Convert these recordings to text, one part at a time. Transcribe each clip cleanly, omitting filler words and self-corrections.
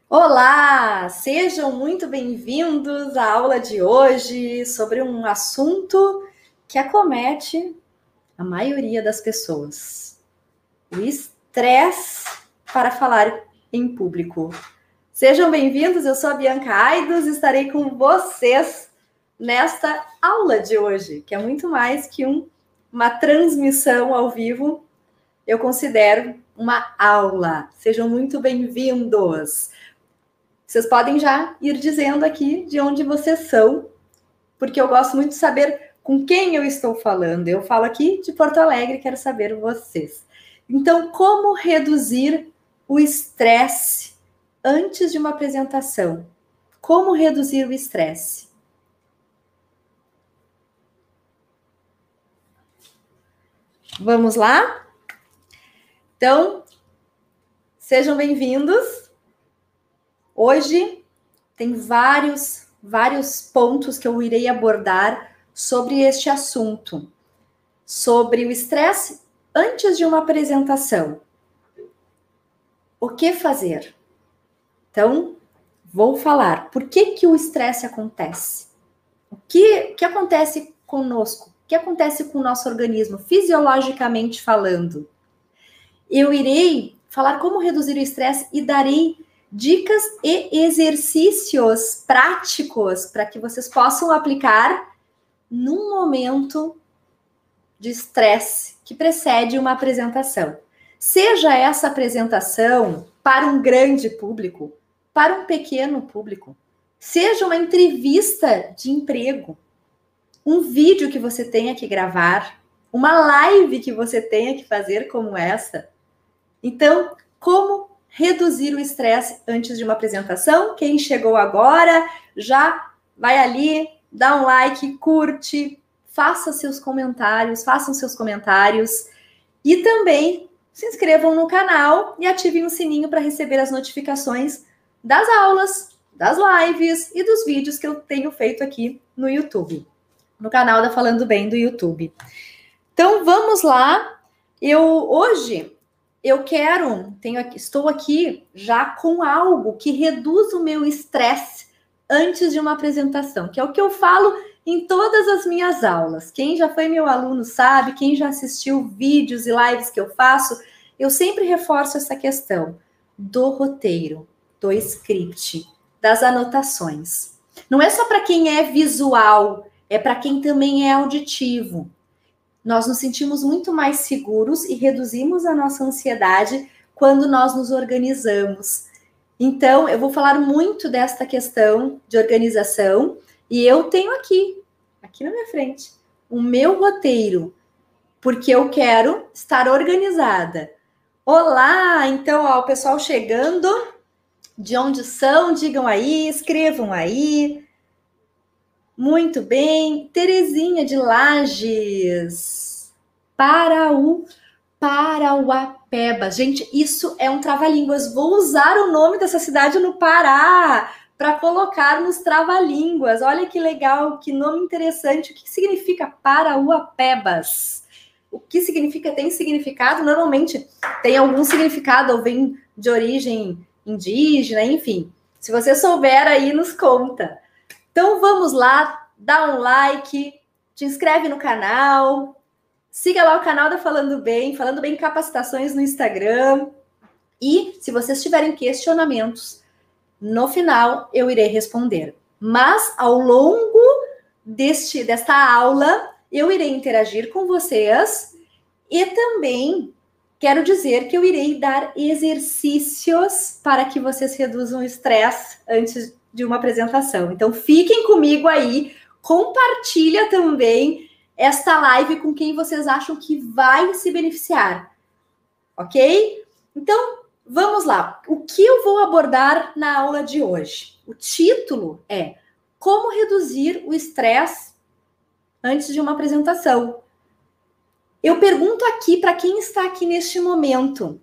Olá, sejam muito bem-vindos à aula de hoje sobre um assunto que acomete a maioria das pessoas: o estresse para falar em público. Sejam bem-vindos, eu sou a Bianca Aidos e estarei com vocês nesta aula de hoje, que é muito mais que uma transmissão ao vivo. Eu considero uma aula. Sejam muito bem-vindos. Vocês podem já ir dizendo aqui de onde vocês são, porque eu gosto muito de saber com quem eu estou falando. Eu falo aqui de Porto Alegre, quero saber vocês. Então, como reduzir o estresse antes de uma apresentação? Como reduzir o estresse? Vamos lá? Então, sejam bem-vindos. Hoje tem vários pontos que eu irei abordar sobre este assunto, sobre o estresse antes de uma apresentação. O que fazer? Então, vou falar por que o estresse acontece. O que acontece conosco? O que acontece com o nosso organismo, fisiologicamente falando? Eu irei falar como reduzir o estresse e darei dicas e exercícios práticos para que vocês possam aplicar num momento de estresse que precede uma apresentação. Seja essa apresentação para um grande público, para um pequeno público, seja uma entrevista de emprego, um vídeo que você tenha que gravar, uma live que você tenha que fazer como essa. Então, como reduzir o estresse antes de uma apresentação? Quem chegou agora, já vai ali, dá um like, curte, façam seus comentários e também se inscrevam no canal e ativem o sininho para receber as notificações das aulas, das lives e dos vídeos que eu tenho feito aqui no YouTube, no canal da Falando Bem do YouTube. Então, vamos lá. Hoje estou aqui já com algo que reduz o meu estresse antes de uma apresentação, que é o que eu falo em todas as minhas aulas. Quem já foi meu aluno sabe, quem já assistiu vídeos e lives que eu faço, eu sempre reforço essa questão do roteiro, do script, das anotações. Não é só para quem é visual, é para quem também é auditivo. Nós nos sentimos muito mais seguros e reduzimos a nossa ansiedade quando nós nos organizamos. Então, eu vou falar muito desta questão de organização e eu tenho aqui na minha frente, o meu roteiro, porque eu quero estar organizada. Olá! Então, ó, o pessoal chegando, de onde são? Digam aí, escrevam aí. Muito bem. Terezinha de Lages. Parauapebas. Gente, isso é um trava-línguas. Vou usar o nome dessa cidade no Pará para colocar nos trava-línguas. Olha que legal, que nome interessante. O que significa Parauapebas? O que significa? Tem significado? Normalmente tem algum significado ou vem de origem indígena, enfim. Se você souber aí, nos conta. Então vamos lá, dá um like, te inscreve no canal, siga lá o canal da Falando Bem Capacitações no Instagram. E se vocês tiverem questionamentos, no final eu irei responder. Mas ao longo desta aula, eu irei interagir com vocês e também quero dizer que eu irei dar exercícios para que vocês reduzam o estresse antes de uma apresentação. Então, fiquem comigo aí, compartilha também esta live com quem vocês acham que vai se beneficiar, ok? Então, vamos lá. O que eu vou abordar na aula de hoje? O título é Como reduzir o estresse antes de uma apresentação. Eu pergunto aqui para quem está aqui neste momento,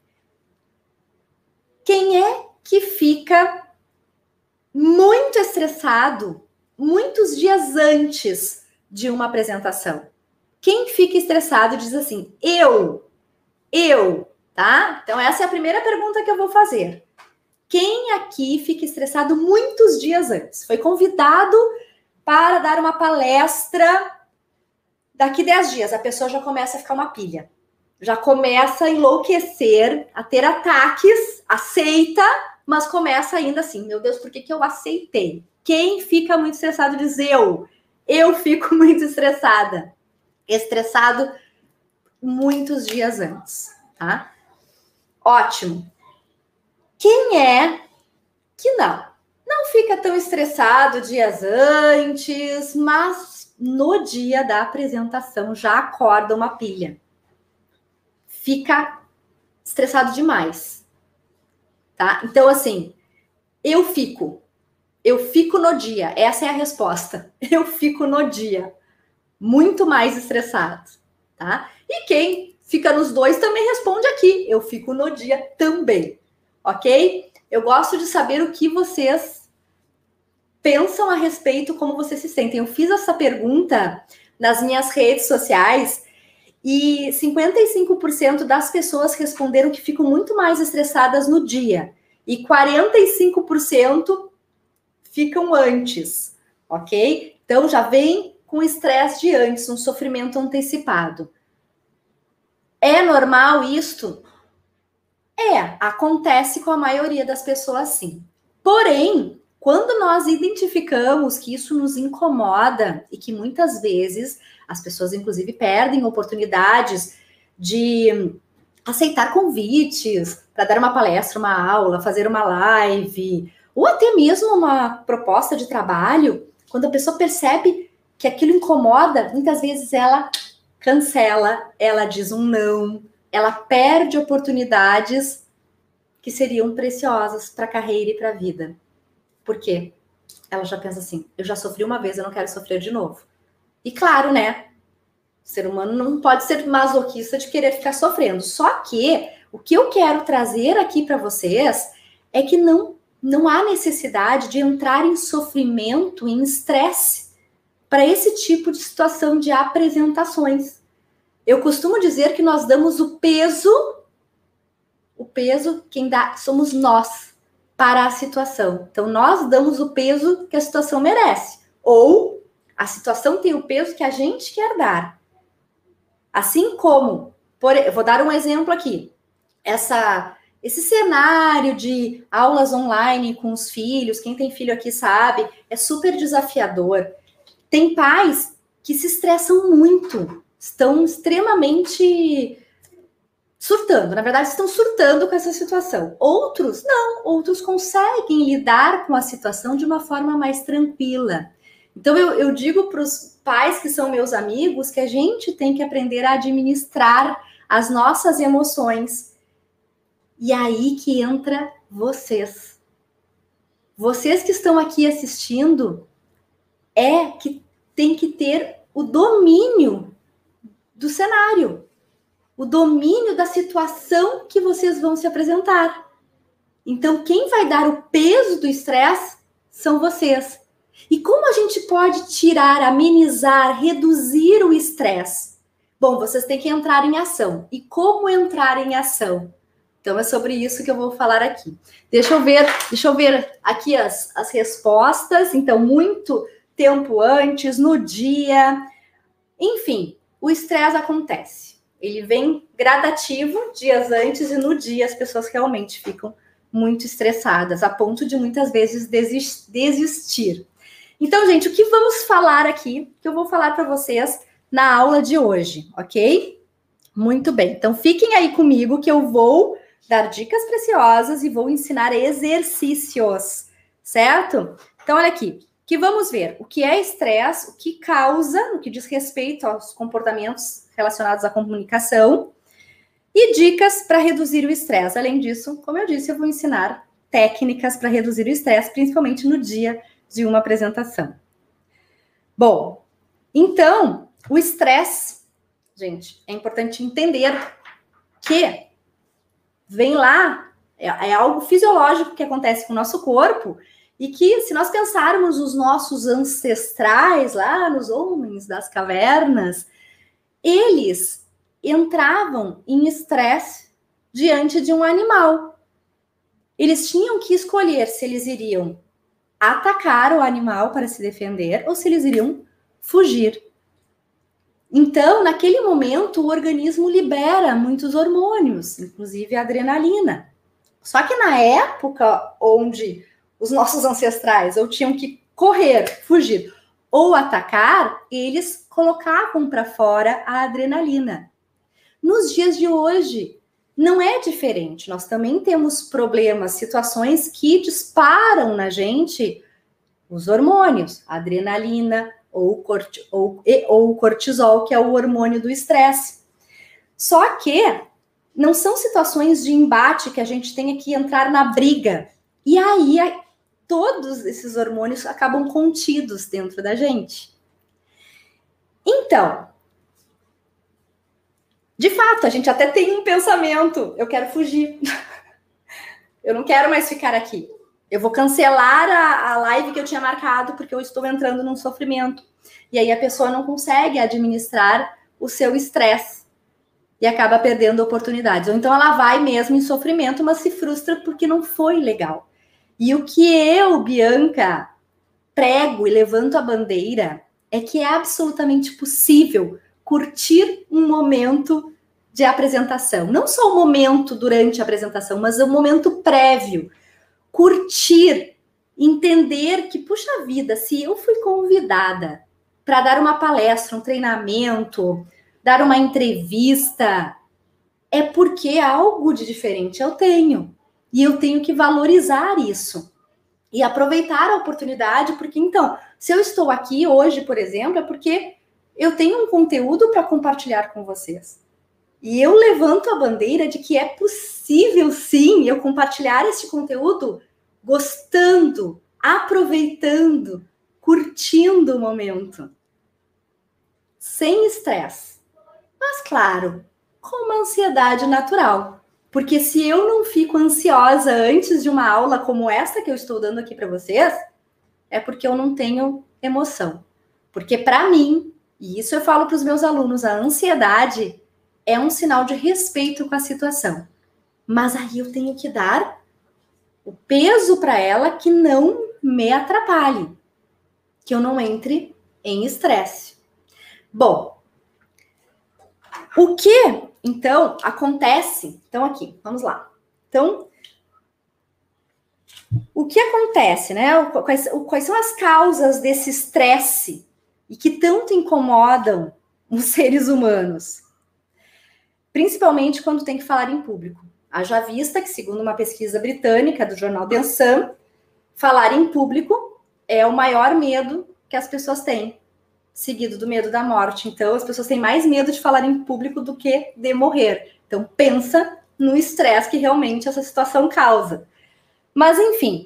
quem é que fica muito estressado muitos dias antes de uma apresentação? Quem fica estressado diz assim, eu, tá? Então essa é a primeira pergunta que eu vou fazer. Quem aqui fica estressado muitos dias antes? Foi convidado para dar uma palestra daqui 10 dias. A pessoa já começa a ficar uma pilha. Já começa a enlouquecer, a ter ataques, aceita, mas começa ainda assim. Meu Deus, por que eu aceitei? Quem fica muito estressado diz eu. Eu fico muito estressada. Estressado muitos dias antes, tá? Ótimo. Quem é que não fica tão estressado dias antes, mas no dia da apresentação já acorda uma pilha. Fica estressado demais, tá? Então, assim, eu fico no dia, essa é a resposta. Eu fico no dia muito mais estressado, tá? E quem fica nos dois também responde aqui, eu fico no dia também, ok? Eu gosto de saber o que vocês pensam a respeito, como vocês se sentem. Eu fiz essa pergunta nas minhas redes sociais e 55% das pessoas responderam que ficam muito mais estressadas no dia e 45% ficam antes, ok? Então já vem com estresse de antes, um sofrimento antecipado. É normal isto? Acontece com a maioria das pessoas sim. Porém, quando nós identificamos que isso nos incomoda e que muitas vezes as pessoas, inclusive, perdem oportunidades de aceitar convites para dar uma palestra, uma aula, fazer uma live, ou até mesmo uma proposta de trabalho, quando a pessoa percebe que aquilo incomoda, muitas vezes ela cancela, ela diz um não, ela perde oportunidades que seriam preciosas para a carreira e para a vida. Por quê? Ela já pensa assim, eu já sofri uma vez, eu não quero sofrer de novo. E claro, né? O ser humano não pode ser masoquista de querer ficar sofrendo. Só que o que eu quero trazer aqui para vocês é que não há necessidade de entrar em sofrimento, em estresse, para esse tipo de situação de apresentações. Eu costumo dizer que nós damos o peso, quem dá somos nós para a situação. Então, nós damos o peso que a situação merece. Ou a situação tem o peso que a gente quer dar. Assim como, eu vou dar um exemplo aqui. Esse cenário de aulas online com os filhos, quem tem filho aqui sabe, é super desafiador. Tem pais que se estressam muito, estão extremamente surtando, na verdade estão surtando com essa situação. Outros não, outros conseguem lidar com a situação de uma forma mais tranquila. Então eu digo para os pais que são meus amigos que a gente tem que aprender a administrar as nossas emoções. E aí que entra vocês. Vocês que estão aqui assistindo que tem que ter o domínio do cenário, o domínio da situação que vocês vão se apresentar. Então, quem vai dar o peso do estresse são vocês. E como a gente pode tirar, amenizar, reduzir o estresse? Bom, vocês têm que entrar em ação. E como entrar em ação? Então, é sobre isso que eu vou falar aqui. Deixa eu ver aqui as respostas. Então, muito tempo antes, no dia. Enfim, o estresse acontece. Ele vem gradativo, dias antes, e no dia as pessoas realmente ficam muito estressadas, a ponto de muitas vezes desistir. Então, gente, o que vamos falar aqui, que eu vou falar para vocês na aula de hoje, ok? Muito bem, então fiquem aí comigo que eu vou dar dicas preciosas e vou ensinar exercícios, certo? Então, olha aqui, que vamos ver o que é estresse, o que causa, no que diz respeito aos comportamentos relacionados à comunicação e dicas para reduzir o estresse. Além disso, como eu disse, eu vou ensinar técnicas para reduzir o estresse, principalmente no dia de uma apresentação. Bom, então, o estresse, gente, é importante entender que vem lá, é algo fisiológico que acontece com o nosso corpo e que, se nós pensarmos os nossos ancestrais lá, nos homens das cavernas, eles entravam em estresse diante de um animal. eles tinham que escolher se eles iriam atacar o animal para se defender ou se eles iriam fugir. Então, naquele momento, o organismo libera muitos hormônios, inclusive a adrenalina. Só que na época onde os nossos ancestrais ou tinham que correr, fugir ou atacar, eles colocavam para fora a adrenalina. Nos dias de hoje, não é diferente. Nós também temos problemas, situações que disparam na gente os hormônios, a adrenalina ou o cortisol, que é o hormônio do estresse. Só que não são situações de embate que a gente tenha que entrar na briga. E aí, todos esses hormônios acabam contidos dentro da gente. Então, de fato, a gente até tem um pensamento, eu quero fugir. Eu não quero mais ficar aqui. Eu vou cancelar a live que eu tinha marcado porque eu estou entrando num sofrimento. E aí a pessoa não consegue administrar o seu estresse e acaba perdendo oportunidades. Ou então ela vai mesmo em sofrimento, mas se frustra porque não foi legal. E o que eu, Bianca, prego e levanto a bandeira é que é absolutamente possível curtir um momento de apresentação. Não só o momento durante a apresentação, mas o momento prévio. Curtir, entender que, puxa vida, se eu fui convidada para dar uma palestra, um treinamento, dar uma entrevista, é porque algo de diferente eu tenho. E eu tenho que valorizar isso. E aproveitar a oportunidade, porque então, se eu estou aqui hoje, por exemplo, é porque eu tenho um conteúdo para compartilhar com vocês. E eu levanto a bandeira de que é possível, sim, eu compartilhar esse conteúdo gostando, aproveitando, curtindo o momento. Sem estresse. Mas, claro, com uma ansiedade natural. Porque se eu não fico ansiosa antes de uma aula como essa que eu estou dando aqui para vocês, é porque eu não tenho emoção. Porque para mim, e isso eu falo para os meus alunos, a ansiedade é um sinal de respeito com a situação. Mas aí eu tenho que dar o peso para ela que não me atrapalhe, que eu não entre em estresse. Bom, o que, então, acontece? Então, aqui, vamos lá. Então, o que acontece, né? Quais são as causas desse estresse e que tanto incomodam os seres humanos? Principalmente quando tem que falar em público. Haja vista que, segundo uma pesquisa britânica do jornal The Sun, falar em público é o maior medo que as pessoas têm, seguido do medo da morte. Então, as pessoas têm mais medo de falar em público do que de morrer. Então, pensa no estresse que realmente essa situação causa. Mas, enfim,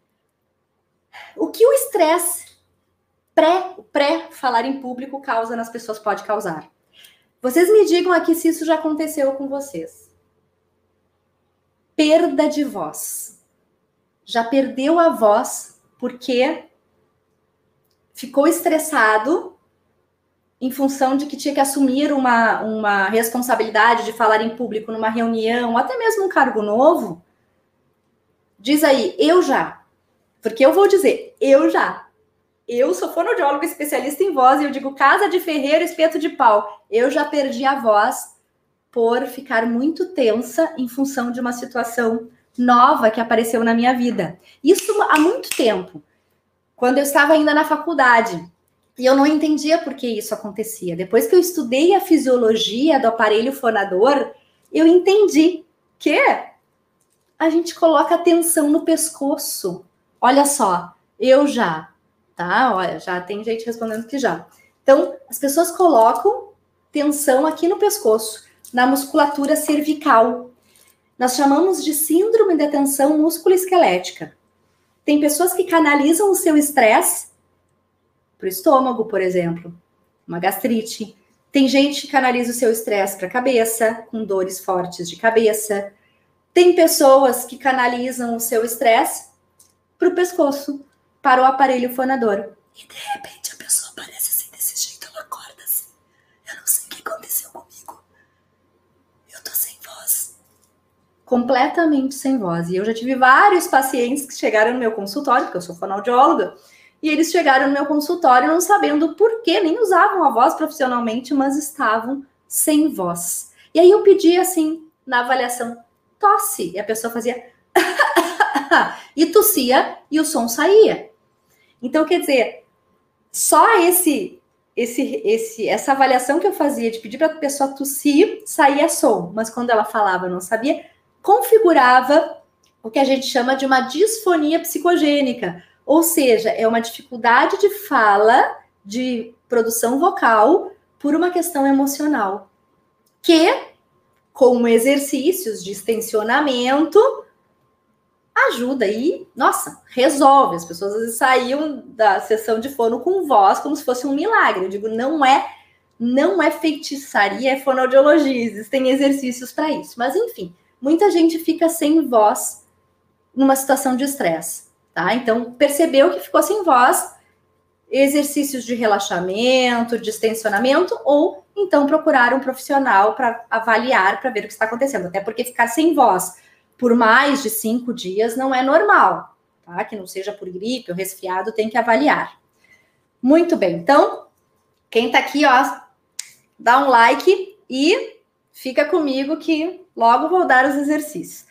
o que o estresse pré-falar em público causa nas pessoas pode causar? Vocês me digam aqui se isso já aconteceu com vocês. Perda de voz. Já perdeu a voz porque ficou estressado em função de que tinha que assumir uma responsabilidade de falar em público numa reunião, ou até mesmo um cargo novo? Diz aí, eu já. Porque eu vou dizer, eu já. Eu sou fonoaudióloga especialista em voz e eu digo casa de ferreiro, espeto de pau. Eu já perdi a voz por ficar muito tensa em função de uma situação nova que apareceu na minha vida. Isso há muito tempo, quando eu estava ainda na faculdade. E eu não entendia por que isso acontecia. Depois que eu estudei a fisiologia do aparelho fonador, eu entendi que a gente coloca tensão no pescoço. Olha só, eu já. Tá? Olha, já tem gente respondendo que já. Então, as pessoas colocam tensão aqui no pescoço, na musculatura cervical. Nós chamamos de síndrome de tensão musculoesquelética. Tem pessoas que canalizam o seu estresse para o estômago, por exemplo, uma gastrite. Tem gente que canaliza o seu estresse para a cabeça, com dores fortes de cabeça. Tem pessoas que canalizam o seu estresse para o pescoço, para o aparelho fonador. E de repente a pessoa aparece assim, desse jeito, ela acorda assim. Eu não sei o que aconteceu comigo. Eu tô sem voz. completamente sem voz. E eu já tive vários pacientes que chegaram no meu consultório, porque eu sou fonoaudióloga, e eles chegaram no meu consultório não sabendo o porquê, nem usavam a voz profissionalmente, mas estavam sem voz. E aí eu pedi assim, na avaliação, tosse, e a pessoa fazia e tossia, e o som saía. Então, quer dizer, só essa avaliação que eu fazia de pedir para a pessoa tossir, saía som, mas quando ela falava, eu não sabia, configurava o que a gente chama de uma disfonia psicogênica, ou seja, é uma dificuldade de fala, de produção vocal, por uma questão emocional, que, com exercícios de extensionamento, ajuda e, nossa, resolve. As pessoas às vezes saíam da sessão de fono com voz como se fosse um milagre. Eu digo, não é feitiçaria, é fonoaudiologia. Existem exercícios para isso. Mas, enfim, muita gente fica sem voz numa situação de estresse, tá? Então, percebeu que ficou sem voz, exercícios de relaxamento, de extensionamento, ou então procurar um profissional para avaliar, para ver o que está acontecendo. Até porque ficar sem voz por mais de 5 dias não é normal, tá? Que não seja por gripe ou resfriado, tem que avaliar. Muito bem, então, quem tá aqui, ó, dá um like e fica comigo que logo vou dar os exercícios.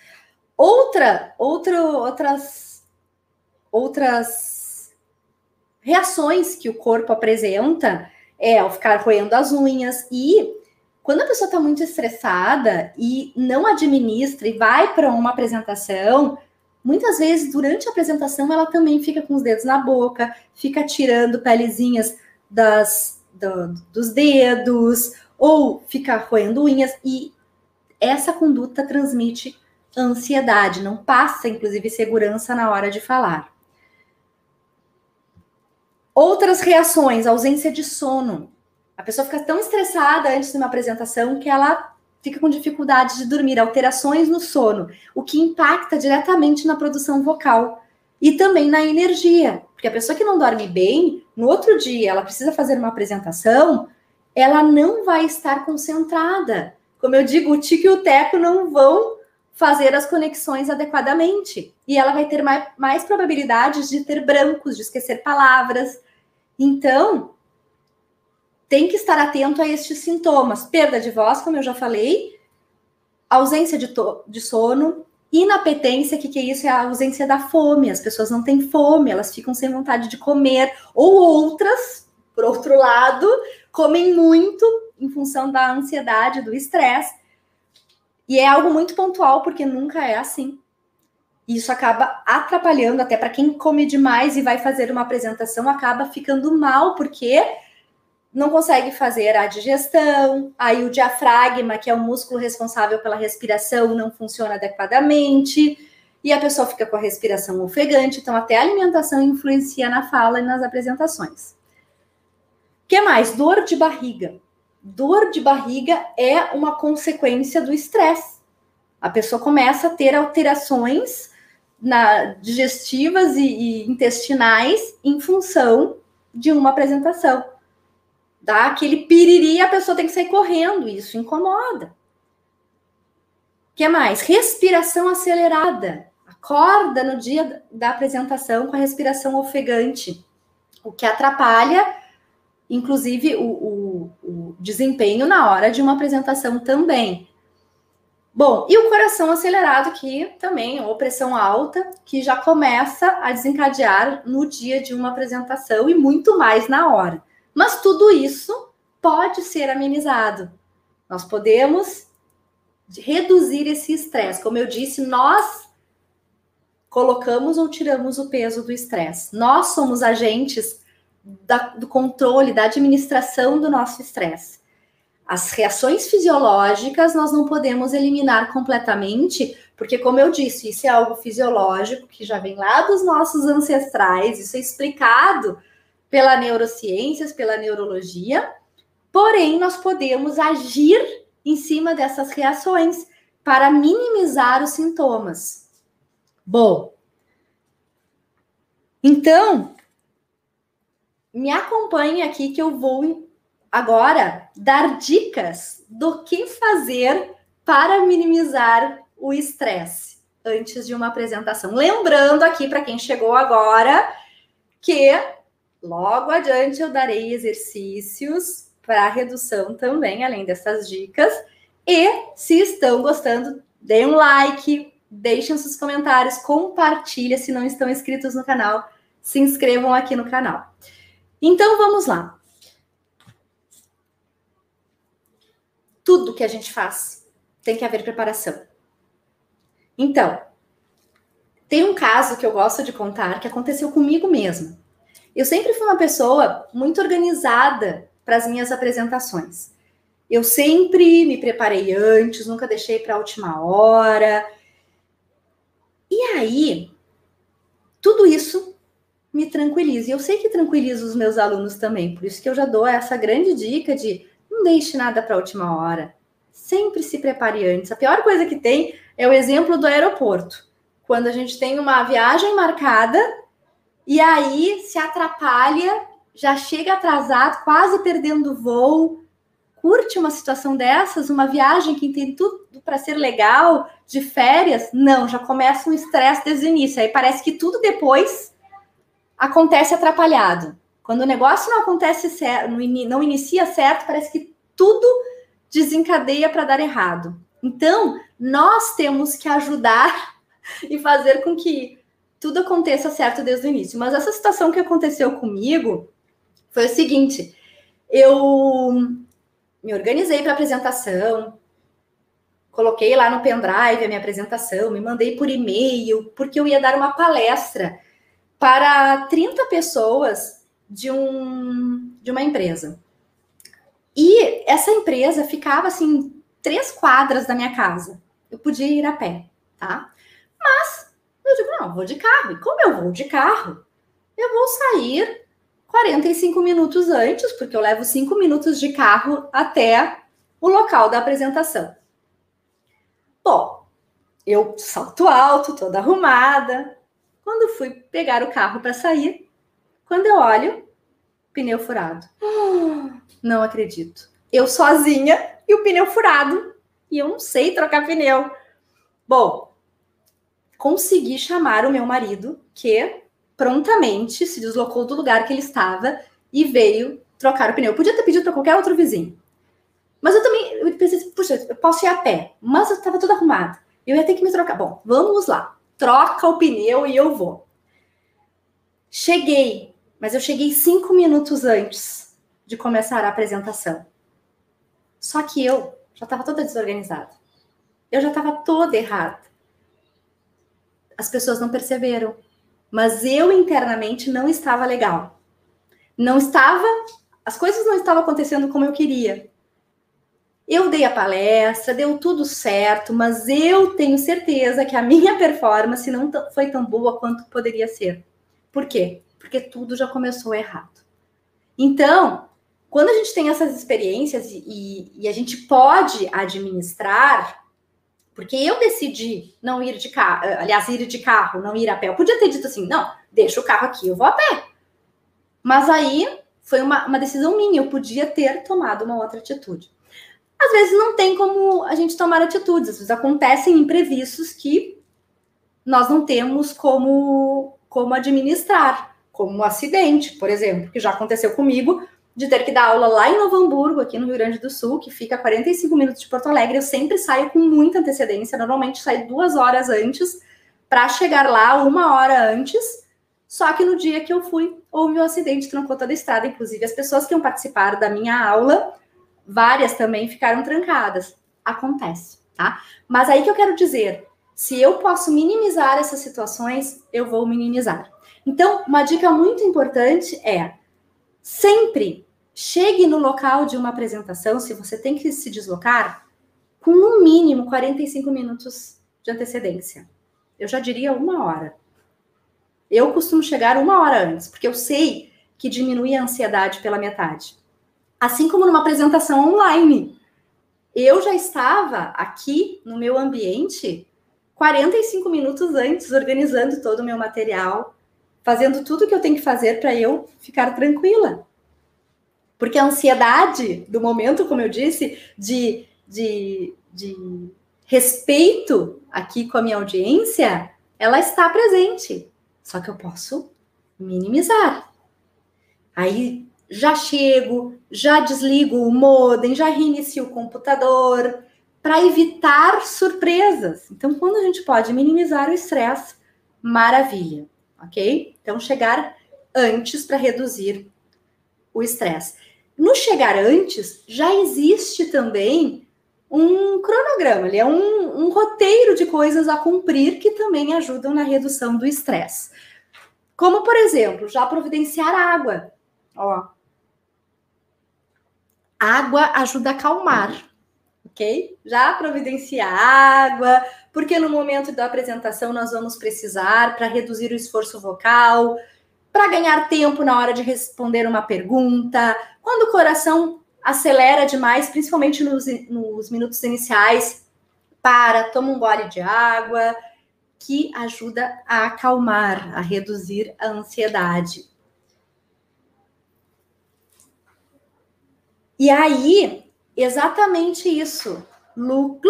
Outras reações que o corpo apresenta é ao ficar roendo as unhas e quando a pessoa está muito estressada e não administra e vai para uma apresentação, muitas vezes durante a apresentação ela também fica com os dedos na boca, fica tirando pelezinhas dos dedos ou fica roendo unhas e essa conduta transmite ansiedade, não passa inclusive segurança na hora de falar. Outras reações, ausência de sono. A pessoa fica tão estressada antes de uma apresentação que ela fica com dificuldade de dormir, alterações no sono, o que impacta diretamente na produção vocal e também na energia. Porque a pessoa que não dorme bem, no outro dia ela precisa fazer uma apresentação, ela não vai estar concentrada. Como eu digo, o tico e o teco não vão fazer as conexões adequadamente. E ela vai ter mais probabilidades de ter brancos, de esquecer palavras. Então, tem que estar atento a estes sintomas. Perda de voz, como eu já falei, ausência de sono, inapetência, que é isso? É a ausência da fome. As pessoas não têm fome, elas ficam sem vontade de comer. Ou outras, por outro lado, comem muito em função da ansiedade, do estresse. E é algo muito pontual, porque nunca é assim. Isso acaba atrapalhando, até para quem come demais e vai fazer uma apresentação, acaba ficando mal, porque não consegue fazer a digestão, aí o diafragma, que é o músculo responsável pela respiração, não funciona adequadamente, e a pessoa fica com a respiração ofegante, então até a alimentação influencia na fala e nas apresentações. O que mais? Dor de barriga. Dor de barriga é uma consequência do estresse. A pessoa começa a ter alterações digestivas e intestinais em função de uma apresentação. Dá aquele piriri, a pessoa tem que sair correndo, isso incomoda. O que mais? Respiração acelerada. Acorda no dia da apresentação com a respiração ofegante, o que atrapalha, inclusive, o desempenho na hora de uma apresentação também. Bom, e o coração acelerado, que também, ou pressão alta, que já começa a desencadear no dia de uma apresentação e muito mais na hora. Mas tudo isso pode ser amenizado. Nós podemos reduzir esse estresse. Como eu disse, nós colocamos ou tiramos o peso do estresse. Nós somos agentes do controle, da administração do nosso estresse. As reações fisiológicas nós não podemos eliminar completamente, porque, como eu disse, isso é algo fisiológico que já vem lá dos nossos ancestrais, isso é explicado pela neurociências, pela neurologia, porém nós podemos agir em cima dessas reações para minimizar os sintomas. Bom, então, me acompanhe aqui que eu vou agora dar dicas do que fazer para minimizar o estresse antes de uma apresentação. Lembrando aqui para quem chegou agora que logo adiante eu darei exercícios para redução também, além dessas dicas. E se estão gostando, deem um like, deixem seus comentários, compartilhem se não estão inscritos no canal, se inscrevam aqui no canal. Então vamos lá. Tudo que a gente faz tem que haver preparação. Então, tem um caso que eu gosto de contar que aconteceu comigo mesmo. Eu sempre fui uma pessoa muito organizada para as minhas apresentações. Eu sempre me preparei antes, nunca deixei para a última hora. E aí, tudo isso me tranquiliza. E eu sei que tranquiliza os meus alunos também. Por isso que eu já dou essa grande dica de não deixe nada para a última hora. Sempre se prepare antes. A pior coisa que tem é o exemplo do aeroporto. Quando a gente tem uma viagem marcada e aí se atrapalha, já chega atrasado, quase perdendo o voo. Curte uma situação dessas, uma viagem que tem tudo para ser legal, de férias? Não, já começa um estresse desde o início. Aí parece que tudo depois acontece atrapalhado. Quando o negócio não acontece certo, não inicia certo, parece que tudo desencadeia para dar errado. Então, nós temos que ajudar e fazer com que tudo aconteça certo desde o início. Mas essa situação que aconteceu comigo foi o seguinte: eu me organizei para a apresentação, coloquei lá no pendrive a minha apresentação, me mandei por e-mail, porque eu ia dar uma palestra para 30 pessoas de uma empresa. E essa empresa ficava, assim, 3 quadras da minha casa. Eu podia ir a pé, tá? Mas eu digo, não, vou de carro. E como eu vou de carro, eu vou sair 45 minutos antes, porque eu levo 5 minutos de carro até o local da apresentação. Bom, eu salto alto, toda arrumada. Quando fui pegar o carro para sair, quando eu olho, pneu furado. Não acredito. Eu sozinha e o pneu furado. E eu não sei trocar pneu. Bom, consegui chamar o meu marido, que prontamente se deslocou do lugar que ele estava e veio trocar o pneu. Eu podia ter pedido para qualquer outro vizinho. Mas eu pensei, puxa, eu posso ir a pé. Mas eu estava toda arrumada. Eu ia ter que me trocar. Bom, vamos lá. Troca o pneu e eu vou. Cheguei, mas eu cheguei 5 minutos antes de começar a apresentação. Só que eu já estava toda desorganizada. Eu já estava toda errada. As pessoas não perceberam. Mas eu internamente não estava legal. As coisas não estavam acontecendo como eu queria. Eu dei a palestra, deu tudo certo, mas eu tenho certeza que a minha performance não foi tão boa quanto poderia ser. Por quê? Porque tudo já começou errado. Então, quando a gente tem essas experiências e a gente pode administrar, porque eu decidi não ir de carro, aliás, ir de carro, não ir a pé. Eu podia ter dito assim, não, deixa o carro aqui, eu vou a pé. Mas aí foi uma decisão minha, eu podia ter tomado uma outra atitude. Às vezes não tem como a gente tomar atitudes, às vezes acontecem imprevistos que nós não temos como administrar, como um acidente, por exemplo, que já aconteceu comigo, de ter que dar aula lá em Novo Hamburgo, aqui no Rio Grande do Sul, que fica a 45 minutos de Porto Alegre. Eu sempre saio com muita antecedência, normalmente saio 2 horas antes, para chegar lá 1 hora antes. Só que no dia que eu fui, houve um acidente, trancou toda a estrada, inclusive as pessoas que iam participar da minha aula, várias também ficaram trancadas. Acontece, tá? Mas aí que eu quero dizer, se eu posso minimizar essas situações, eu vou minimizar. Então, uma dica muito importante é, sempre chegue no local de uma apresentação, se você tem que se deslocar, com no mínimo 45 minutos de antecedência. Eu já diria 1 hora. Eu costumo chegar 1 hora antes, porque eu sei que diminui a ansiedade pela metade. Assim como numa apresentação online. Eu já estava aqui no meu ambiente 45 minutos antes, organizando todo o meu material, fazendo tudo que eu tenho que fazer para eu ficar tranquila. Porque a ansiedade do momento, como eu disse, de respeito aqui com a minha audiência, ela está presente. Só que eu posso minimizar. Aí já chego, já desligo o modem, já reinicio o computador, para evitar surpresas. Então, quando a gente pode minimizar o estresse, maravilha, ok? Então, chegar antes para reduzir o estresse. No chegar antes, já existe também um cronograma, ele é um roteiro de coisas a cumprir que também ajudam na redução do estresse. Como, por exemplo, já providenciar água. Ó, água ajuda a acalmar, ok? Já providenciar água, porque no momento da apresentação nós vamos precisar para reduzir o esforço vocal, para ganhar tempo na hora de responder uma pergunta, quando o coração acelera demais, principalmente nos minutos iniciais, toma um gole de água, que ajuda a acalmar, a reduzir a ansiedade. E aí, exatamente isso. Luca!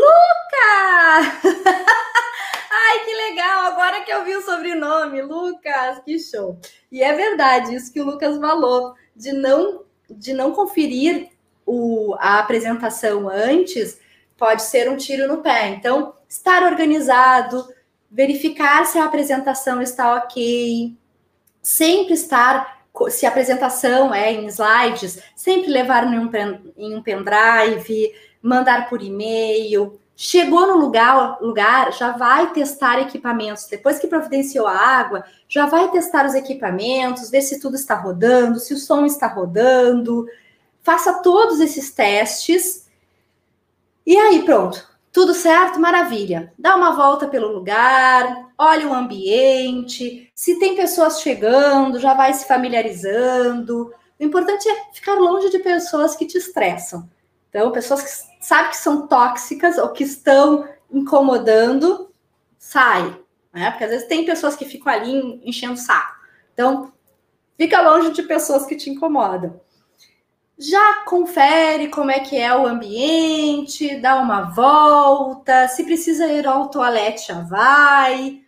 Ai, que legal! Agora que eu vi o sobrenome, Lucas, que show! E é verdade, isso que o Lucas falou, de não conferir a apresentação antes, pode ser um tiro no pé. Então, estar organizado, verificar se a apresentação está ok, sempre estar, se a apresentação é em slides, sempre levar em um pendrive, mandar por e-mail. Chegou no lugar, já vai testar equipamentos. Depois que providenciou a água, já vai testar os equipamentos, ver se tudo está rodando, se o som está rodando. Faça todos esses testes. E aí, pronto. Tudo certo? Maravilha. Dá uma volta pelo lugar, olha o ambiente. Se tem pessoas chegando, já vai se familiarizando. O importante é ficar longe de pessoas que te estressam. Então, pessoas que sabem que são tóxicas ou que estão incomodando, sai. Né? Porque às vezes tem pessoas que ficam ali enchendo o saco. Então, fica longe de pessoas que te incomodam. Já confere como é que é o ambiente, dá uma volta, se precisa ir ao toalete, já vai.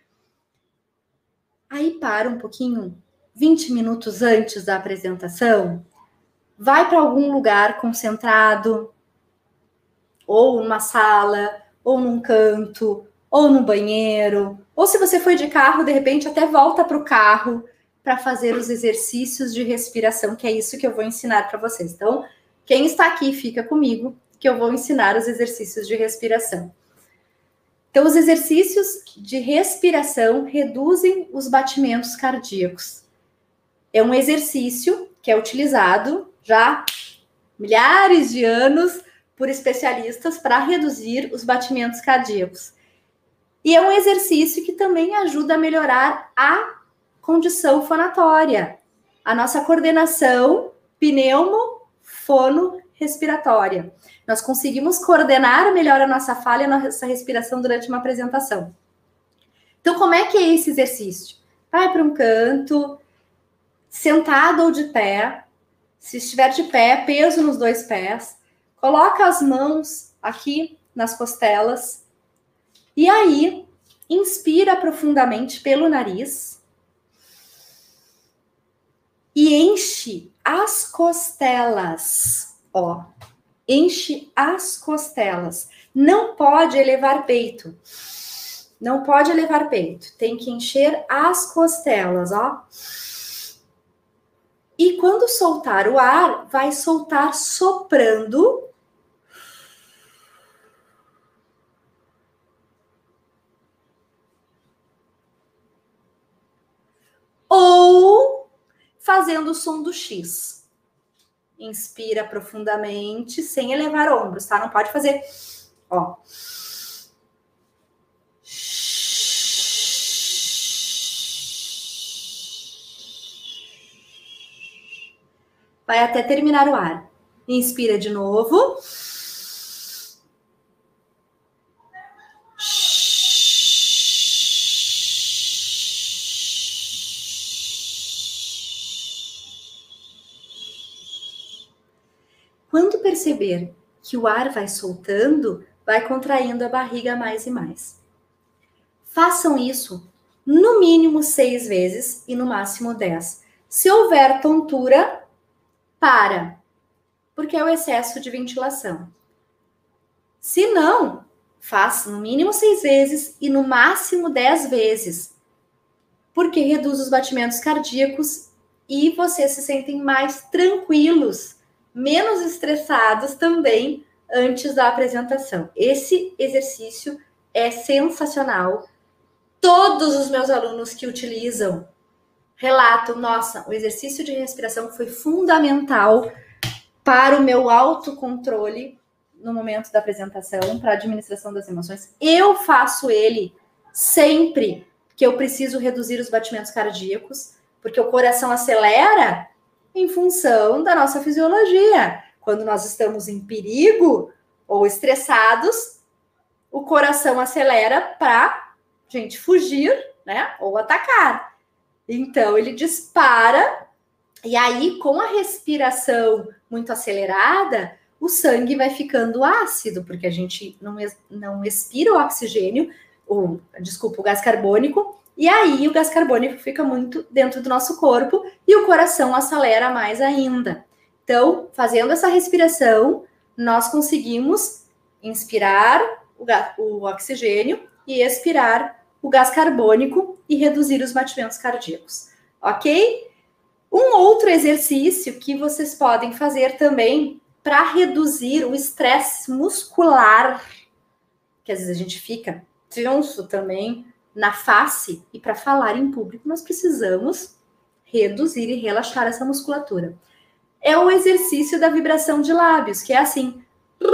Aí para um pouquinho, 20 minutos antes da apresentação, vai para algum lugar concentrado, ou numa sala, ou num canto, ou no banheiro, ou se você foi de carro, de repente até volta para o carro para fazer os exercícios de respiração, que é isso que eu vou ensinar para vocês. Então, quem está aqui, fica comigo, que eu vou ensinar os exercícios de respiração. Então, os exercícios de respiração reduzem os batimentos cardíacos. É um exercício que é utilizado já há milhares de anos por especialistas para reduzir os batimentos cardíacos. E é um exercício que também ajuda a melhorar a condição fonatória, a nossa coordenação pneumo-fono-respiratória. Nós conseguimos coordenar melhor a nossa fala e a nossa respiração durante uma apresentação. Então, como é que é esse exercício? Vai para um canto, sentado ou de pé. Se estiver de pé, peso nos dois pés. Coloca as mãos aqui nas costelas. E aí, inspira profundamente pelo nariz. E enche as costelas, ó. Enche as costelas. Não pode elevar peito. Não pode elevar peito. Tem que encher as costelas, ó. E quando soltar o ar, vai soltar soprando. Ou fazendo o som do X. Inspira profundamente, sem elevar ombros, tá? Não pode fazer, ó. Vai até terminar o ar. Inspira de novo. Quando perceber que o ar vai soltando, vai contraindo a barriga mais e mais. Façam isso no mínimo 6 vezes e no máximo 10. Se houver tontura, para, porque é o excesso de ventilação. Se não, faça no mínimo 6 vezes e no máximo 10 vezes, porque reduz os batimentos cardíacos e vocês se sentem mais tranquilos, menos estressados também antes da apresentação. Esse exercício é sensacional. Todos os meus alunos que utilizam relatam, nossa, o exercício de respiração foi fundamental para o meu autocontrole no momento da apresentação, para a administração das emoções. Eu faço ele sempre que eu preciso reduzir os batimentos cardíacos, porque o coração acelera em função da nossa fisiologia. Quando nós estamos em perigo ou estressados, o coração acelera para gente fugir, né, ou atacar. Então ele dispara, e aí com a respiração muito acelerada, o sangue vai ficando ácido, porque a gente não expira o oxigênio, o gás carbônico, e aí o gás carbônico fica muito dentro do nosso corpo e o coração acelera mais ainda. Então, fazendo essa respiração, nós conseguimos inspirar o oxigênio e expirar o gás carbônico e reduzir os batimentos cardíacos, ok? Um outro exercício que vocês podem fazer também para reduzir o estresse muscular, que às vezes a gente fica tenso também na face, e para falar em público nós precisamos reduzir e relaxar essa musculatura. É o exercício da vibração de lábios, que é assim.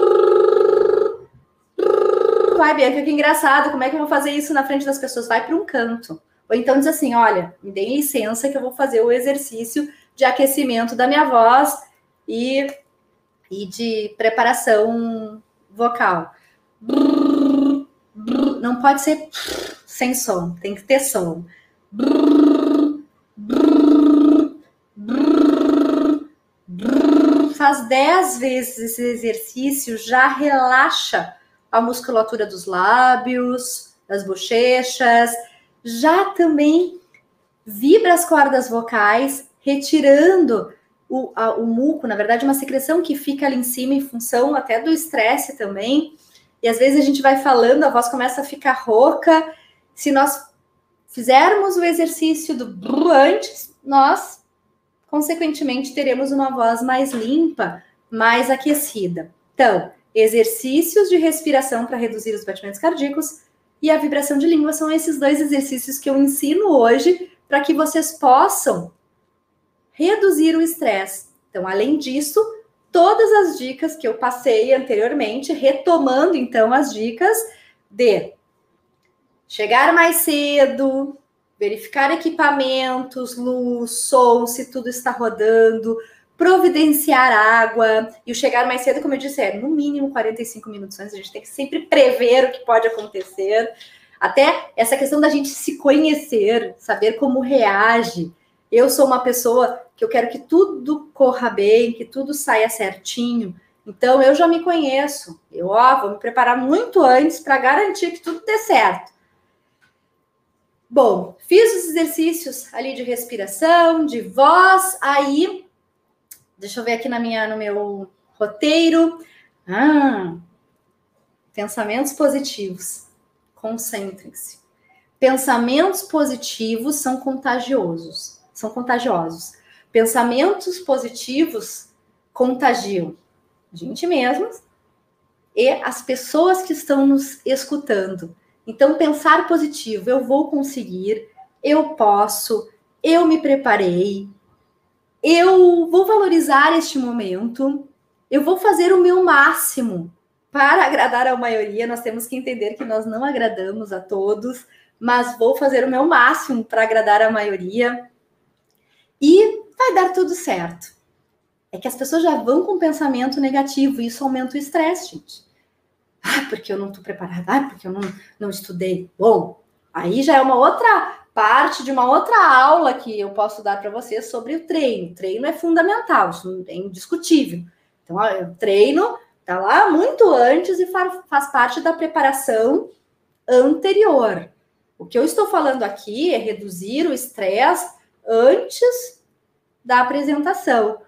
Vai, Bianca, que engraçado, como é que eu vou fazer isso na frente das pessoas? Vai para um canto. Ou então diz assim, olha, me deem licença que eu vou fazer o exercício de aquecimento da minha voz e de preparação vocal. Não pode ser sem som, tem que ter som. Faz 10 vezes esse exercício, já relaxa a musculatura dos lábios, das bochechas, já também vibra as cordas vocais, retirando o muco, na verdade, uma secreção que fica ali em cima em função até do estresse também. E às vezes a gente vai falando, a voz começa a ficar rouca. Se nós fizermos o exercício do brrr antes, nós, consequentemente, teremos uma voz mais limpa, mais aquecida. Então, exercícios de respiração para reduzir os batimentos cardíacos e a vibração de língua são esses 2 exercícios que eu ensino hoje para que vocês possam reduzir o estresse. Então, além disso, todas as dicas que eu passei anteriormente, retomando então as dicas de chegar mais cedo, verificar equipamentos, luz, som, se tudo está rodando, providenciar água, e o chegar mais cedo, como eu disse, é no mínimo 45 minutos antes, a gente tem que sempre prever o que pode acontecer, até essa questão da gente se conhecer, saber como reage. Eu sou uma pessoa que eu quero que tudo corra bem, que tudo saia certinho, então eu já me conheço, eu vou me preparar muito antes para garantir que tudo dê certo. Bom, fiz os exercícios ali de respiração, de voz, aí, deixa eu ver aqui no meu roteiro. Pensamentos positivos. Concentrem-se. Pensamentos positivos são contagiosos. Pensamentos positivos contagiam a gente mesmo e as pessoas que estão nos escutando. Então, pensar positivo, eu vou conseguir, eu posso, eu me preparei, eu vou valorizar este momento, eu vou fazer o meu máximo para agradar a maioria. Nós temos que entender que nós não agradamos a todos, mas vou fazer o meu máximo para agradar a maioria e vai dar tudo certo. É que as pessoas já vão com pensamento negativo e isso aumenta o estresse, gente. Porque eu não estou preparada, porque eu não estudei. Bom, aí já é uma outra parte de uma outra aula que eu posso dar para vocês sobre o treino. O treino é fundamental, isso é indiscutível. Então, o treino Tá lá muito antes e faz parte da preparação anterior. O que eu estou falando aqui é reduzir o estresse antes da apresentação.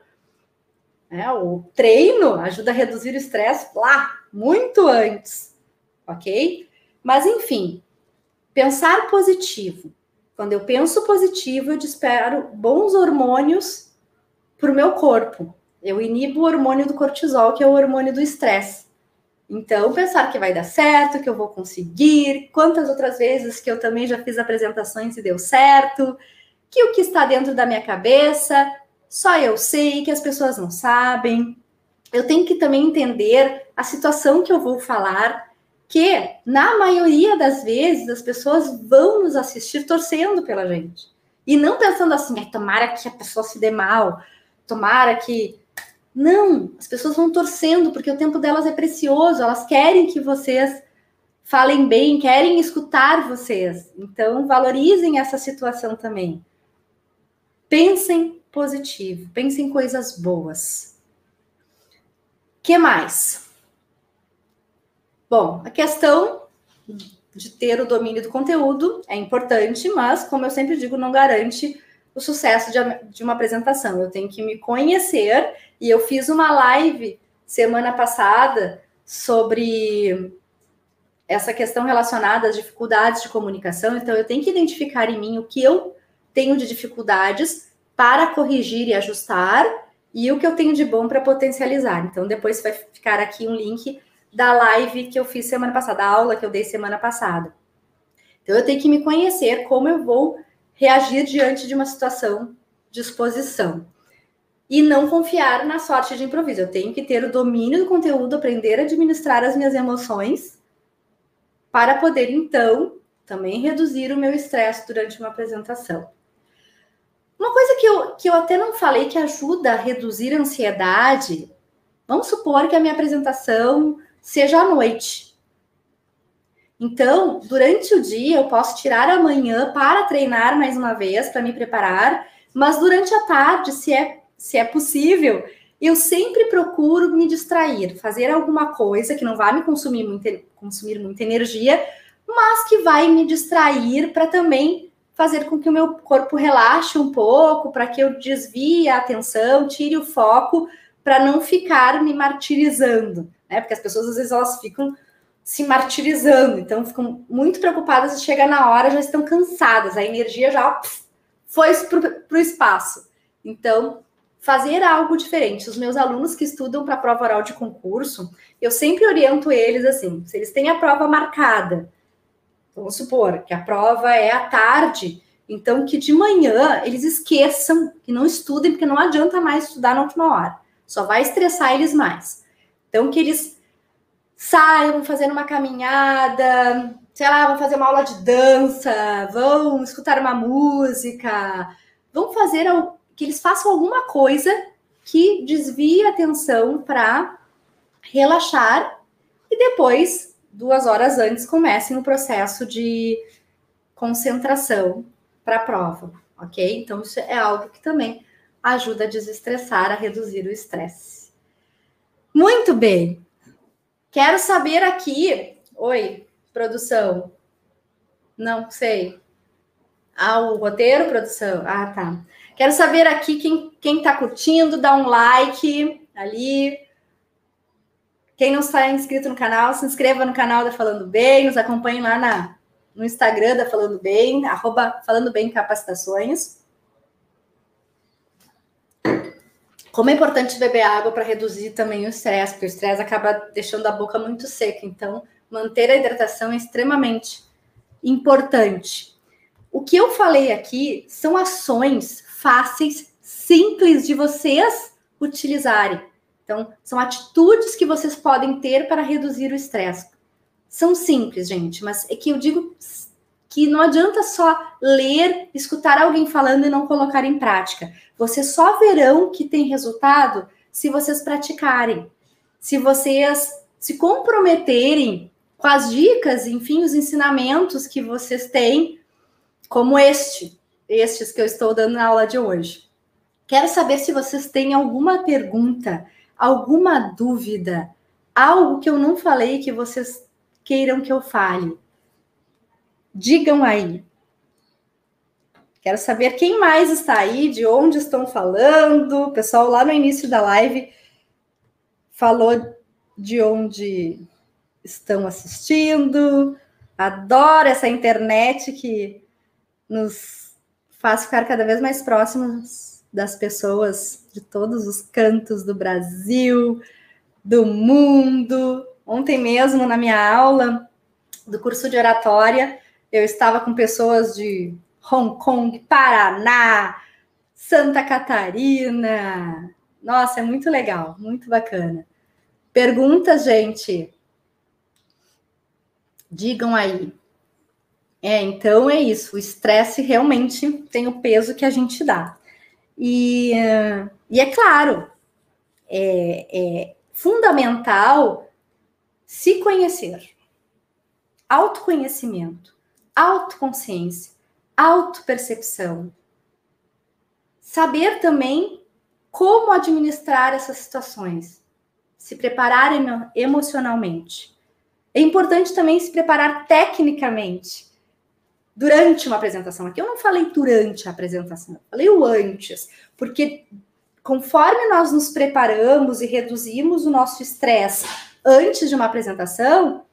O treino ajuda a reduzir o estresse lá, muito antes, ok? Mas, enfim, pensar positivo. Quando eu penso positivo, eu disparo bons hormônios para o meu corpo. Eu inibo o hormônio do cortisol, que é o hormônio do estresse. Então, pensar que vai dar certo, que eu vou conseguir, quantas outras vezes que eu também já fiz apresentações e deu certo, que o que está dentro da minha cabeça, só eu sei, que as pessoas não sabem. Eu tenho que também entender a situação que eu vou falar, que na maioria das vezes as pessoas vão nos assistir torcendo pela gente. E não pensando assim, tomara que a pessoa se dê mal, tomara que... Não, as pessoas vão torcendo, porque o tempo delas é precioso, elas querem que vocês falem bem, querem escutar vocês. Então, valorizem essa situação também. Pensem positivo, pensem em coisas boas. O que mais? Bom, a questão de ter o domínio do conteúdo é importante, mas, como eu sempre digo, não garante o sucesso de uma apresentação. Eu tenho que me conhecer, e eu fiz uma live semana passada sobre essa questão relacionada às dificuldades de comunicação. Então, eu tenho que identificar em mim o que eu tenho de dificuldades para corrigir e ajustar, e o que eu tenho de bom para potencializar. Então, depois vai ficar aqui um link da live que eu fiz semana passada, da aula que eu dei semana passada. Então, eu tenho que me conhecer como eu vou reagir diante de uma situação de exposição. E não confiar na sorte de improviso. Eu tenho que ter o domínio do conteúdo, aprender a administrar as minhas emoções, para poder, então, também reduzir o meu estresse durante uma apresentação. Uma coisa que eu até não falei que ajuda a reduzir a ansiedade, vamos supor que a minha apresentação seja à noite. Então, durante o dia, eu posso tirar a manhã para treinar mais uma vez, para me preparar, mas durante a tarde, se é possível, eu sempre procuro me distrair, fazer alguma coisa que não vai me consumir muita energia, mas que vai me distrair para também fazer com que o meu corpo relaxe um pouco, para que eu desvie a atenção, tire o foco, para não ficar me martirizando, né? Porque as pessoas, às vezes, elas ficam se martirizando, então ficam muito preocupadas e chega na hora, já estão cansadas, a energia já foi para o espaço. Então, fazer algo diferente. Os meus alunos que estudam para a prova oral de concurso, eu sempre oriento eles assim, se eles têm a prova marcada, vamos supor que a prova é à tarde, então que de manhã eles esqueçam, que não estudem, porque não adianta mais estudar na última hora, só vai estressar eles mais. Então que eles saiam, vão fazer uma caminhada, sei lá, vão fazer uma aula de dança, vão escutar uma música, vão fazer que eles façam alguma coisa que desvie a atenção para relaxar e depois, 2 horas antes, comecem o processo de concentração para a prova, ok? Então, isso é algo que também ajuda a desestressar, a reduzir o estresse. Muito bem. Quero saber aqui... Oi, produção. Não sei. O roteiro, produção? Tá. Quero saber aqui quem tá curtindo, dá um like ali. Quem não está inscrito no canal, se inscreva no canal da Falando Bem, nos acompanhe lá no Instagram da Falando Bem, @FalandoBemCapacitações. Como é importante beber água para reduzir também o estresse, porque o estresse acaba deixando a boca muito seca. Então, manter a hidratação é extremamente importante. O que eu falei aqui são ações fáceis, simples de vocês utilizarem. Então, são atitudes que vocês podem ter para reduzir o estresse. São simples, gente, mas é que eu digo que não adianta só ler, escutar alguém falando e não colocar em prática. Vocês só verão que tem resultado se vocês praticarem, se vocês se comprometerem com as dicas, enfim, os ensinamentos que vocês têm, como estes que eu estou dando na aula de hoje. Quero saber se vocês têm alguma pergunta, alguma dúvida. Algo que eu não falei que vocês queiram que eu fale. Digam aí. Quero saber quem mais está aí, de onde estão falando. O pessoal lá no início da live falou de onde estão assistindo. Adoro essa internet que nos faz ficar cada vez mais próximos das pessoas de todos os cantos do Brasil, do mundo. Ontem mesmo, na minha aula do curso de oratória, eu estava com pessoas de Hong Kong, Paraná, Santa Catarina. Nossa, é muito legal, muito bacana. Perguntas, gente? Digam aí. Então é isso. O estresse realmente tem o peso que a gente dá. E é claro, é fundamental se conhecer. Autoconhecimento, autoconsciência, autopercepção. Saber também como administrar essas situações. Se preparar emocionalmente. É importante também se preparar tecnicamente. Durante uma apresentação. Aqui eu não falei durante a apresentação, eu falei o antes. Porque conforme nós nos preparamos e reduzimos o nosso estresse antes de uma apresentação,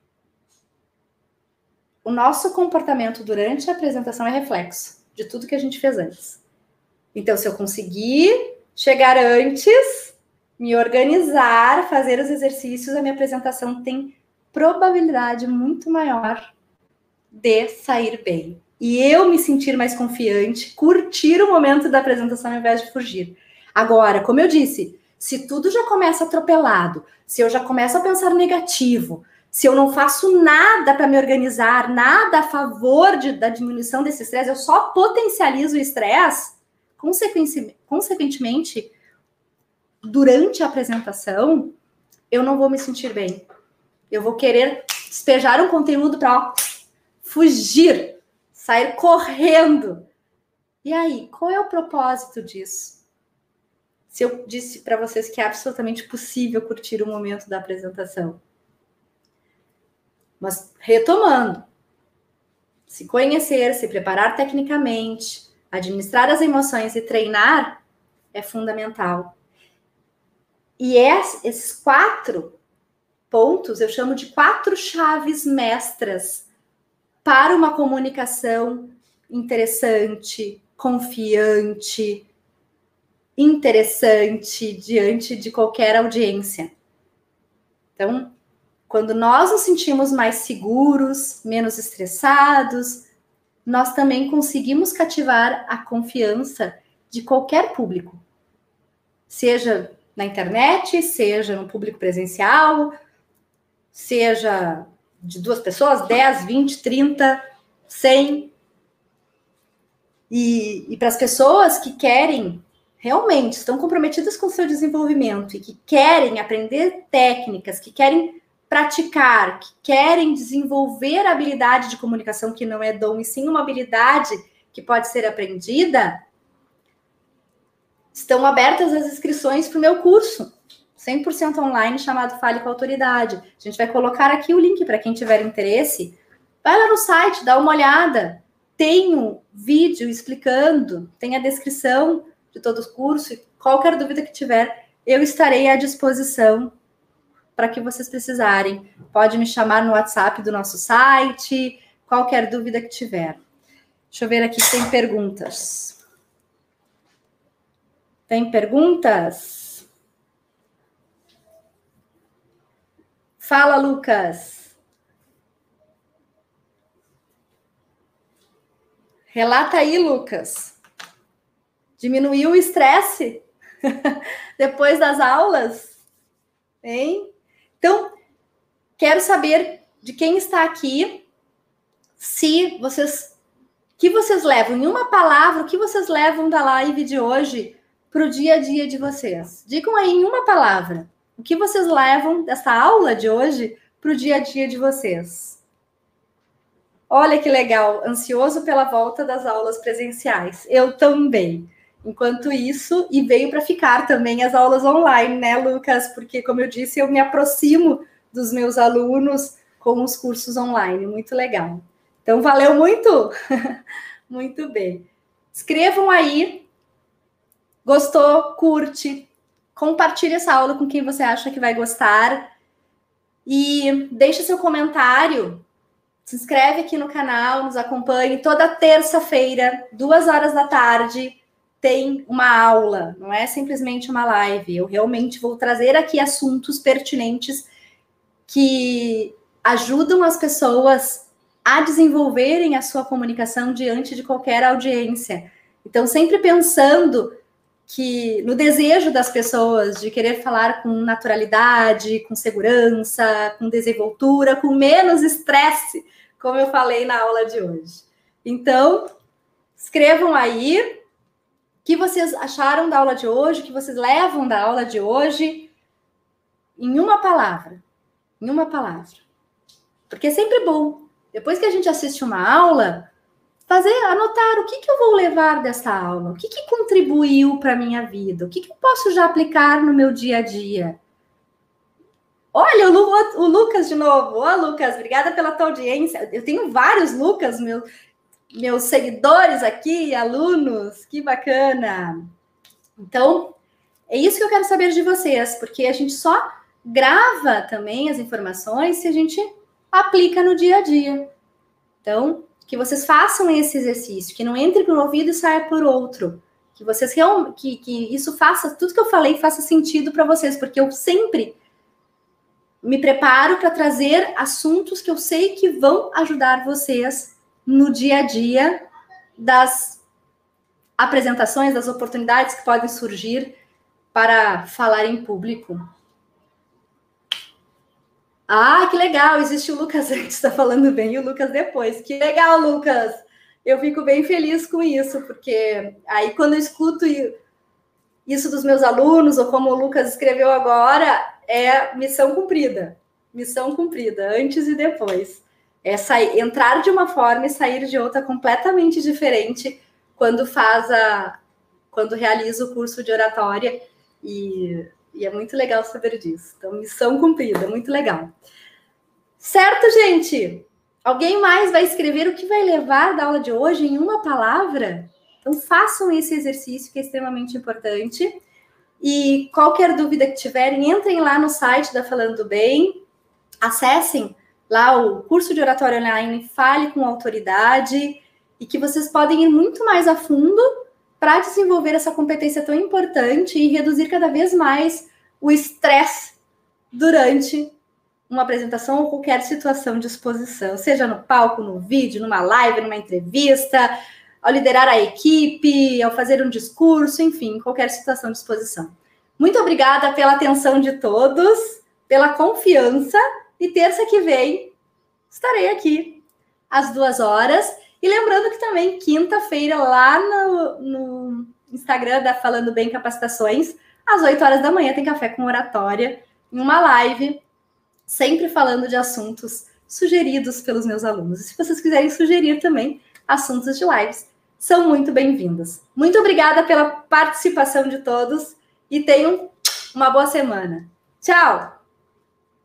o nosso comportamento durante a apresentação é reflexo de tudo que a gente fez antes. Então, se eu conseguir chegar antes, me organizar, fazer os exercícios, a minha apresentação tem probabilidade muito maior de sair bem. E eu me sentir mais confiante, curtir o momento da apresentação ao invés de fugir. Agora, como eu disse, se tudo já começa atropelado, se eu já começo a pensar negativo, se eu não faço nada para me organizar, nada a favor da diminuição desse estresse, eu só potencializo o estresse, consequentemente, durante a apresentação, eu não vou me sentir bem. Eu vou querer despejar um conteúdo para fugir, sair correndo. E aí, qual é o propósito disso? Se eu disse para vocês que é absolutamente possível curtir o momento da apresentação. Mas, retomando, se conhecer, se preparar tecnicamente, administrar as emoções e treinar é fundamental. E esses 4 pontos eu chamo de 4 chaves mestras para uma comunicação interessante, confiante, interessante diante de qualquer audiência. Então, quando nós nos sentimos mais seguros, menos estressados, nós também conseguimos cativar a confiança de qualquer público. Seja na internet, seja no público presencial, seja de 2 pessoas, 10, 20, 30, 100. E para as pessoas que querem, realmente estão comprometidas com o seu desenvolvimento e que querem aprender técnicas, que querem praticar, que querem desenvolver a habilidade de comunicação, que não é dom, e sim uma habilidade que pode ser aprendida, estão abertas as inscrições para o meu curso, 100% online, chamado Fale com Autoridade. A gente vai colocar aqui o link para quem tiver interesse. Vai lá no site, dá uma olhada. Tem um vídeo explicando, tem a descrição de todo o curso. Qualquer dúvida que tiver, eu estarei à disposição para que vocês precisarem. Pode me chamar no WhatsApp do nosso site, qualquer dúvida que tiver. Deixa eu ver aqui se tem perguntas. Tem perguntas? Fala, Lucas. Relata aí, Lucas. Diminuiu o estresse depois das aulas? Hein? Então, quero saber de quem está aqui, se vocês, que vocês levam, em uma palavra, o que vocês levam da live de hoje para o dia a dia de vocês. Digam aí em uma palavra, o que vocês levam dessa aula de hoje para o dia a dia de vocês. Olha que legal, ansioso pela volta das aulas presenciais. Eu também. enquanto isso, e veio para ficar também as aulas online, né, Lucas? Porque, como eu disse, eu me aproximo dos meus alunos com os cursos online, muito legal. Então, valeu muito? Muito bem. Escrevam aí, gostou, curte, compartilhe essa aula com quem você acha que vai gostar e deixe seu comentário. Se inscreve aqui no canal, nos acompanhe. Toda terça-feira, 2 horas da tarde, tem uma aula. Não é simplesmente uma live. Eu realmente vou trazer aqui assuntos pertinentes que ajudam as pessoas a desenvolverem a sua comunicação diante de qualquer audiência. Então, sempre pensando que no desejo das pessoas de querer falar com naturalidade, com segurança, com desenvoltura, com menos estresse, como eu falei na aula de hoje. Então, escrevam aí o que vocês acharam da aula de hoje, o que vocês levam da aula de hoje, em uma palavra. Em uma palavra. Porque é sempre bom, depois que a gente assiste uma aula, anotar o que eu vou levar dessa aula, o que contribuiu para a minha vida, o que eu posso já aplicar no meu dia a dia. Olha, o Lucas de novo. Ô, Lucas, obrigada pela tua audiência. Eu tenho vários Lucas, meus seguidores aqui, alunos, que bacana. Então, é isso que eu quero saber de vocês, porque a gente só grava também as informações se a gente aplica no dia a dia. Então, que vocês façam esse exercício, que não entre por um ouvido e saia por outro. Que vocês que isso faça, tudo que eu falei faça sentido para vocês, porque eu sempre me preparo para trazer assuntos que eu sei que vão ajudar vocês no dia a dia das apresentações, das oportunidades que podem surgir para falar em público. Ah, que legal! Existe o Lucas antes, está falando bem, e o Lucas depois. Que legal, Lucas! Eu fico bem feliz com isso, porque aí quando eu escuto isso dos meus alunos, ou como o Lucas escreveu agora, é missão cumprida. Missão cumprida, antes e depois. É entrar de uma forma e sair de outra completamente diferente quando realiza o curso de oratória. E é muito legal saber disso. Então, missão cumprida, muito legal. Certo, gente? Alguém mais vai escrever o que vai levar da aula de hoje em uma palavra? Então, façam esse exercício que é extremamente importante. E qualquer dúvida que tiverem, entrem lá no site da Falando Bem, acessem lá o curso de oratória online, Fale com Autoridade, e que vocês podem ir muito mais a fundo para desenvolver essa competência tão importante e reduzir cada vez mais o estresse durante uma apresentação ou qualquer situação de exposição, seja no palco, no vídeo, numa live, numa entrevista, ao liderar a equipe, ao fazer um discurso, enfim, qualquer situação de exposição. Muito obrigada pela atenção de todos, pela confiança, e terça que vem estarei aqui às 2 horas. E lembrando que também, quinta-feira, lá no Instagram da Falando Bem Capacitações, às 8 horas da manhã, tem Café com Oratória, em uma live, sempre falando de assuntos sugeridos pelos meus alunos. E se vocês quiserem sugerir também assuntos de lives, são muito bem-vindos. Muito obrigada pela participação de todos e tenham uma boa semana. Tchau!